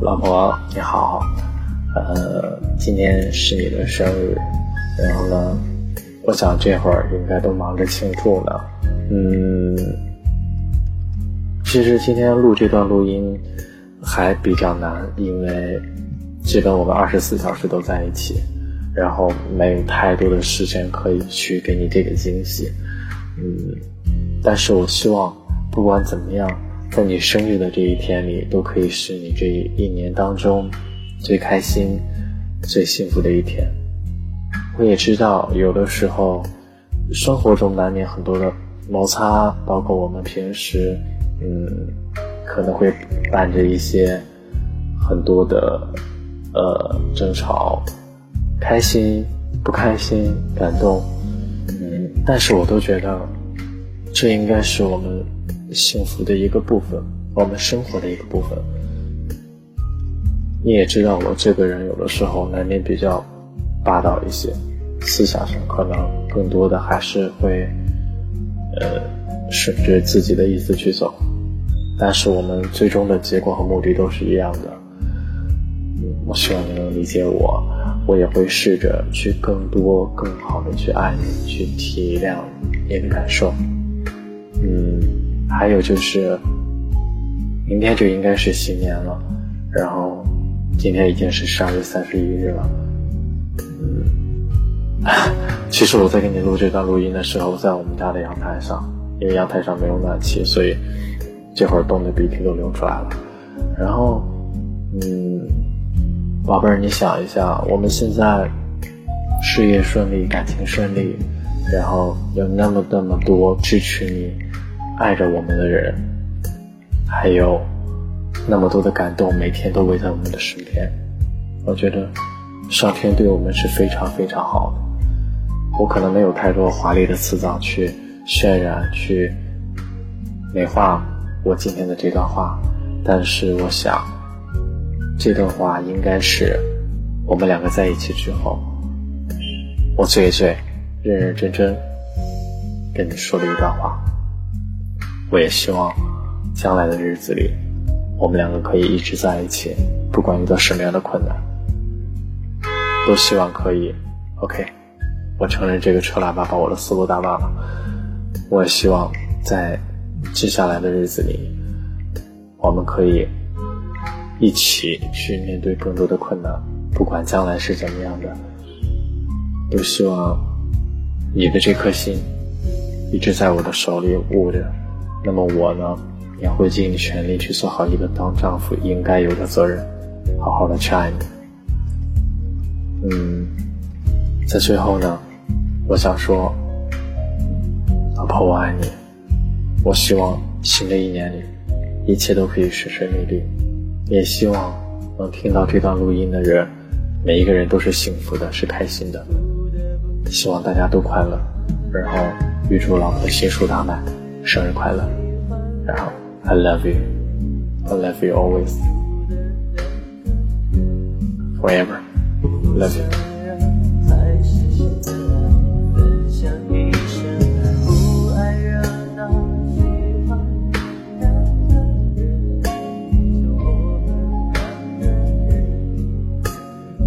老婆你好，今天是你的生日，然后呢，我想这会儿应该都忙着庆祝呢。其实今天录这段录音还比较难，因为基本我们24小时都在一起，然后没有太多的时间可以去给你这个惊喜。但是我希望不管怎么样，在你生日的这一天里，都可以是你这一年当中最开心最幸福的一天。我也知道有的时候生活中难免很多的摩擦，包括我们平时可能会伴着一些很多的争吵，开心不开心感动，但是我都觉得这应该是我们幸福的一个部分，我们生活的一个部分。你也知道我这个人有的时候难免比较霸道一些，思想上可能更多的还是会顺着自己的意思去走，但是我们最终的结果和目的都是一样的。我希望你能理解我，我也会试着去更多更好的去爱你，去体谅你的感受。还有就是明天就应该是新年了，然后今天已经是12月31日了。其实我在给你录这段录音的时候，在我们家的阳台上，因为阳台上没有暖气，所以这会儿冻得鼻涕都流出来了。然后宝贝儿，你想一下，我们现在事业顺利，感情顺利，然后有那么多支持你爱着我们的人，还有那么多的感动每天都围在我们的身边。我觉得上天对我们是非常非常好的。我可能没有太多华丽的词藻去渲染去美化我今天的这段话，但是我想这段话应该是我们两个在一起之后我最认认真真跟你说的一段话。我也希望将来的日子里我们两个可以一直在一起，不管遇到什么样的困难都希望可以 OK。 我承认这个车喇叭把我的思路打乱了，我也希望在接下来的日子里我们可以一起去面对更多的困难，不管将来是怎么样的，都希望你的这颗心一直在我的手里握着。那么我呢，也会尽全力去做好一个当丈夫应该有的责任，好好的去爱你。在最后呢，我想说，老婆我爱你，我希望新的一年里一切都可以顺顺利利，也希望能听到这段录音的人每一个人都是幸福的，是开心的，希望大家都快乐，然后预祝老婆新书大卖，生日快乐，然后 I love you always forever love you。